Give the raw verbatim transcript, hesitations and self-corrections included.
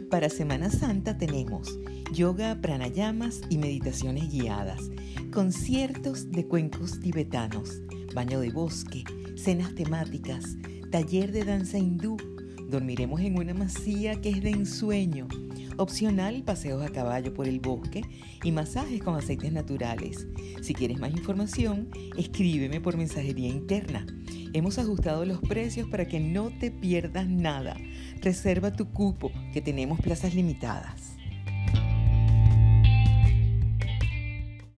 Para Semana Santa tenemos yoga, pranayamas y meditaciones guiadas, conciertos de cuencos tibetanos, baño de bosque, cenas temáticas, taller de danza hindú, dormiremos en una masía que es de ensueño, opcional paseos a caballo por el bosque y masajes con aceites naturales. Si quieres más información, escríbeme por mensajería interna. Hemos ajustado los precios para que no te pierdas nada. Reserva tu cupo, que tenemos plazas limitadas.